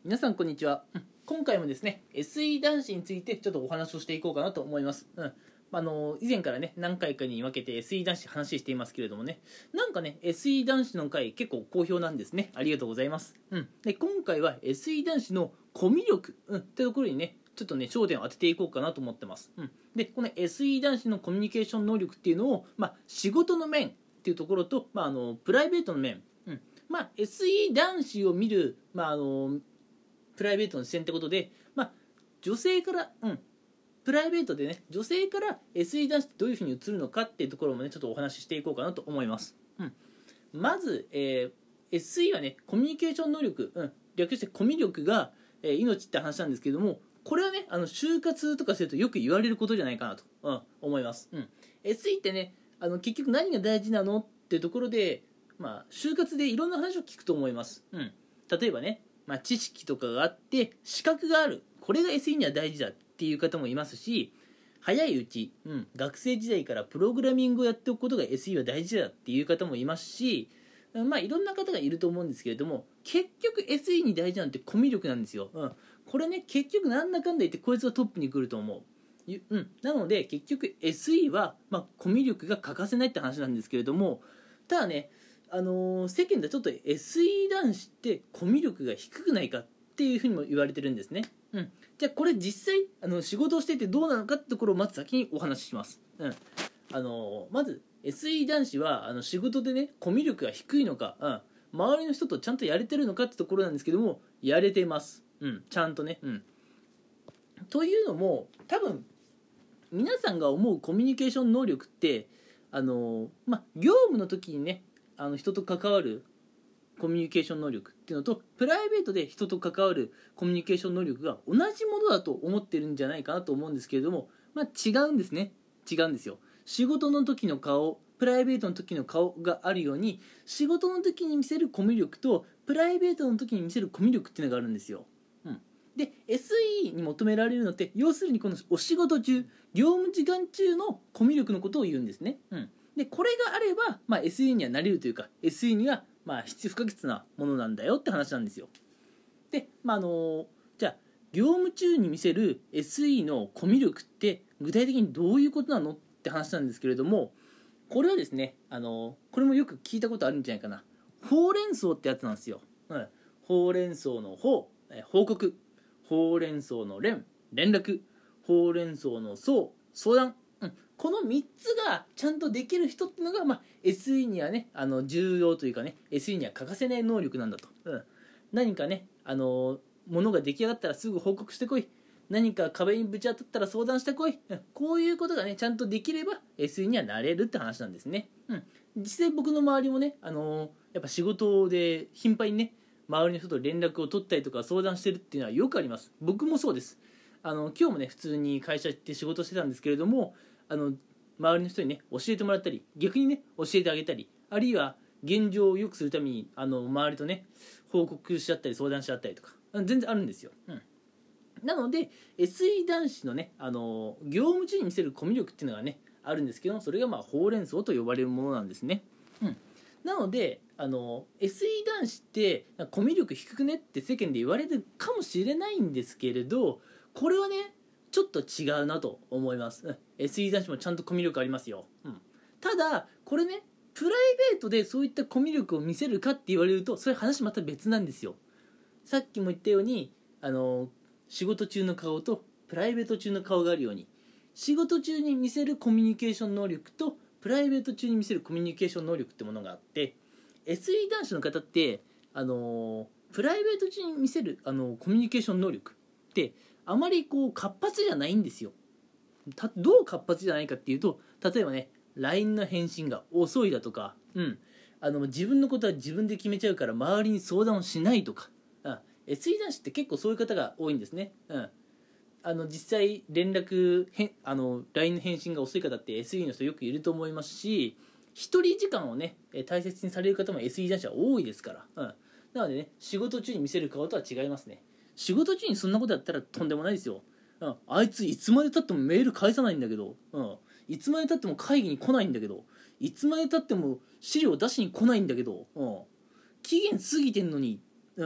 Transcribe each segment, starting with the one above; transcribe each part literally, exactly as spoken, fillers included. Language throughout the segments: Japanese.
皆さんこんにちは。今回もですね エスイー 男子についてちょっとお話をしていこうかなと思います。うんあの以前からね何回かに分けて エスイー 男子話していますけれどもね、なんかね エスイー 男子の回結構好評なんですね。ありがとうございます。うん、で今回は エスイー 男子のコミュ力、うん、ってところにねちょっとね焦点を当てていこうかなと思ってます。うん、でこの エスイー 男子のコミュニケーション能力っていうのを、まあ、仕事の面っていうところと、まあ、あのプライベートの面、うんまあ、エスイー 男子を見る、まあ、あのプライベートの視点ってことで、まあ、女性から、うん、プライベートでね、女性から エスイー 男子ってどういうふうに映るのかっていうところもね、ちょっとお話ししていこうかなと思います。うん、まず、えー、エスイー はね、コミュニケーション能力、うん、略してコミュ力が、えー、命って話なんですけれども、これはね、あの就活とかするとよく言われることじゃないかなと、うん、思います。うん、エスイー ってね、あの結局何が大事なのっていうところで、まあ、就活でいろんな話を聞くと思います。うん、例えばね、まあ、知識とかがあって資格がある、これが エスイー には大事だっていう方もいますし、早いうち、うん、学生時代からプログラミングをやっておくことが エスイー は大事だっていう方もいますし、まあいろんな方がいると思うんですけれども、結局 エスイー に大事なんてコミュ力なんですよ。うん、これね結局なんだかんだ言ってこいつがトップに来ると思う。うん、なので結局 エスイー は、まあ、コミュ力が欠かせないって話なんですけれども、ただねあのー、世間ではちょっと エスイー 男子ってコミュ力が低くないかっていうふうにも言われてるんですね。うん、じゃあこれ実際あの仕事をしていてどうなのかってところをまず先にお話しします。うん、あのー、まず エスイー 男子はあの仕事でねコミュ力が低いのか、うん、周りの人とちゃんとやれてるのかってところなんですけども、やれてます。うん、ちゃんとね。うん、というのも多分皆さんが思うコミュニケーション能力ってあのー、まあ業務の時にねあの人と関わるコミュニケーション能力っていうのとプライベートで人と関わるコミュニケーション能力が同じものだと思ってるんじゃないかなと思うんですけれども、まあ、違うんですね。違うんですよ。仕事の時の顔、プライベートの時の顔があるように、仕事の時に見せるコミュ力とプライベートの時に見せるコミュ力っていうのがあるんですよ。うん、で エスイー に求められるのって要するにこのお仕事中、業務時間中のコミュ力のことを言うんですね。うんでこれがあれば、まあ、エスイー にはなれるというか エスイー にはまあ必要不可欠なものなんだよって話なんですよ。で、まああのじゃあ業務中に見せる エスイー のコミュ力って具体的にどういうことなのって話なんですけれども、これはですね、あのこれもよく聞いたことあるんじゃないかな。ほうれん草ってやつなんですよ。うん、ほうれん草のほう、報告、ほうれん草の連、連絡、ほうれん草の相、相談、うん、このみっつがちゃんとできる人っていうのが、まあ、エスイー にはねあの重要というかね エスイー には欠かせない能力なんだと、うん、何かねあのものが出来上がったらすぐ報告してこい、何か壁にぶち当たったら相談してこい、うん、こういうことがねちゃんとできれば エスイー にはなれるって話なんですね。うん、実際僕の周りもねあのやっぱ仕事で頻繁にね周りの人と連絡を取ったりとか相談してるっていうのはよくあります。僕もそうです。あの今日もね普通に会社行って仕事してたんですけれども、あの周りの人にね教えてもらったり逆にね教えてあげたり、あるいは現状を良くするためにあの周りとね報告し合ったり相談し合ったりとか全然あるんですよ。うん、なので エスイー 男子のねあの業務中に見せるコミュ力っていうのがねあるんですけど、それがまあほうれん草と呼ばれるものなんですね。うん、なのであの エスイー 男子ってコミュ力低くねって世間で言われるかもしれないんですけれど、これはねちょっと違うなと思います。 エスイー 男子もちゃんとコミュ力ありますよ。うん、ただこれねプライベートでそういったコミュ力を見せるかって言われるとそれ話また別なんですよ。さっきも言ったようにあの仕事中の顔とプライベート中の顔があるように、仕事中に見せるコミュニケーション能力とプライベート中に見せるコミュニケーション能力ってものがあって、 エスイー 男子の方ってあのプライベート中に見せるあのコミュニケーション能力ってあまりこう活発じゃないんですよ。たどう活発じゃないかっていうと、例えばね ライン の返信が遅いだとか、うん、あの自分のことは自分で決めちゃうから周りに相談をしないとか、うん、エスイー 男子って結構そういう方が多いんですね。うん、あの実際連絡へあの ライン の返信が遅い方って エスイー の人よくいると思いますし、一人時間をね大切にされる方も エスイー 男子は多いですから、うん、なのでね仕事中に見せる顔とは違いますね。仕事中にそんなことやったらとんでもないですよ。うん、あいついつまでたってもメール返さないんだけど、うん、いつまでたっても会議に来ないんだけど、いつまでたっても資料出しに来ないんだけど、うん、期限過ぎてんのに、うん、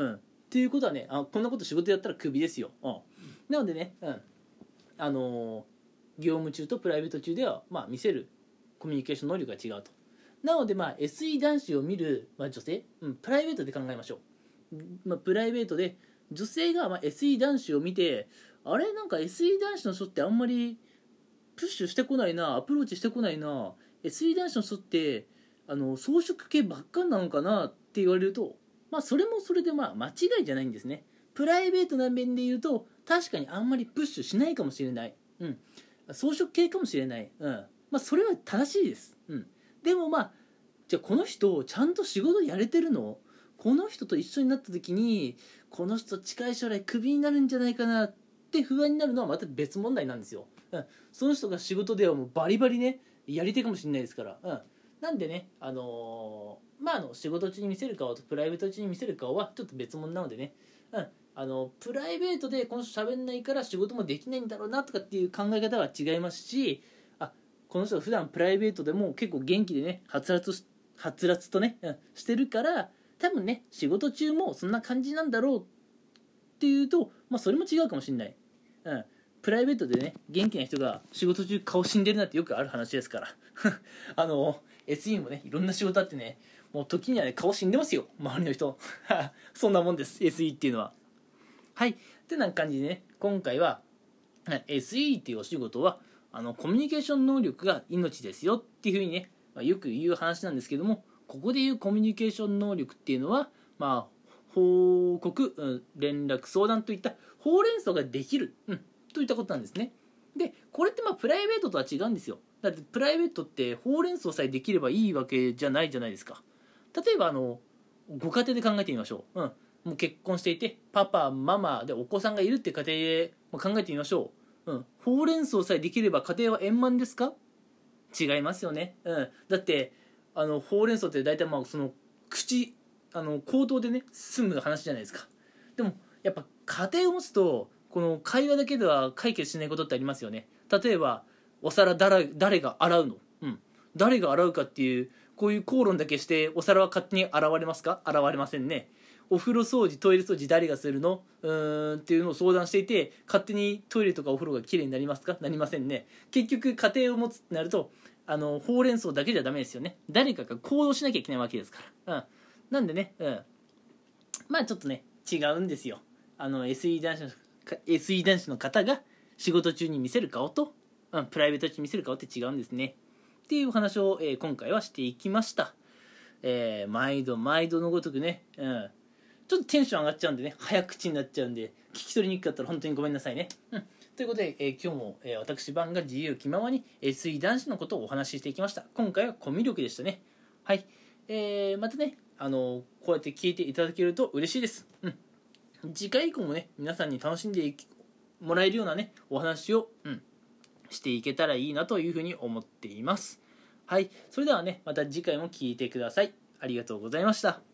っていうことはね、あこんなこと仕事やったらクビですよ、うん、なのでね、うん、あのー、業務中とプライベート中では、まあ、見せるコミュニケーション能力が違うと。なので、まあ、エスイー 男子を見る、まあ、女性、うん、プライベートで考えましょう、まあ、プライベートで女性がまあ エスイー 男子を見て、あれなんか エスイー 男子の人ってあんまりプッシュしてこないな、アプローチしてこないな、 エスイー 男子の人ってあの装飾系ばっかなのかなって言われると、まあそれもそれでまあ間違いじゃないんですね。プライベートな面で言うと確かにあんまりプッシュしないかもしれない、うん、装飾系かもしれない、うん、まあそれは正しいです、うん、でもまあじゃあこの人ちゃんと仕事やれてるの、この人と一緒になった時にこの人近い将来クビになるんじゃないかなって不安になるのはまた別問題なんですよ、うん、その人が仕事ではもうバリバリねやり手かもしれないですから、うん、なんでね、あのー、まああの仕事中に見せる顔とプライベート中に見せる顔はちょっと別物なのでね、うん、あのプライベートでこの人喋んないから仕事もできないんだろうなとかっていう考え方は違いますし、あこの人は普段プライベートでも結構元気でねはつらつはつらつとね、うん、してるから多分ね仕事中もそんな感じなんだろうっていうと、まあ、それも違うかもしれない、うん、プライベートでね元気な人が仕事中顔死んでるなんてよくある話ですからあの エスイー もねいろんな仕事あってね、もう時にはね顔死んでますよ周りの人そんなもんです エスイー っていうのは。はいってな感じでね、今回は エスイー っていうお仕事はあのコミュニケーション能力が命ですよっていうふうにね、まあ、よく言う話なんですけども、ここで言うコミュニケーション能力っていうのは、まあ、報告、うん、連絡相談といったほうれん草ができる、うん、といったことなんですね。でこれってまあプライベートとは違うんですよ。だってプライベートってほうれん草さえできればいいわけじゃないじゃないですか。例えばあのご家庭で考えてみましょう、うん、もう結婚していてパパママでお子さんがいるって家庭で考えてみましょう、うん、ほうれん草さえできれば家庭は円満ですか？違いますよね、うん、だってあのほうれん草って大体まあその口あの口頭でね済む話じゃないですか。でもやっぱ家庭を持つとこの会話だけでは解決しないことってありますよね。例えばお皿誰誰が洗うの、うん、誰が洗うかっていうこういう口論だけしてお皿は勝手に洗われますか？洗われませんね。お風呂掃除トイレ掃除誰がするのうーんっていうのを相談していて勝手にトイレとかお風呂がきれいになりますか？なりませんね。結局家庭を持つってなるとあのほうれん草だけじゃダメですよね。誰かが行動しなきゃいけないわけですから、うん、なんでね、うん、まあちょっとね違うんですよ。あの エスイー 男子の エスイー 男子の方が仕事中に見せる顔と、うん、プライベート中に見せる顔って違うんですねっていうお話を、えー、今回はしていきました、えー、毎度毎度のごとくね、うん、ちょっとテンション上がっちゃうんでね早口になっちゃうんで聞き取りにくかったら本当にごめんなさいね、うん、ということで、えー、今日も、えー、私バンが自由気ままに エスイー 男子のことをお話ししていきました。今回はコミュ力でしたね。はい、えー、またねあのこうやって聞いていただけると嬉しいです、うん、次回以降もね皆さんに楽しんでもらえるようなねお話を、うん、していけたらいいなというふうに思っています。はい、それではねまた次回も聞いてください。ありがとうございました。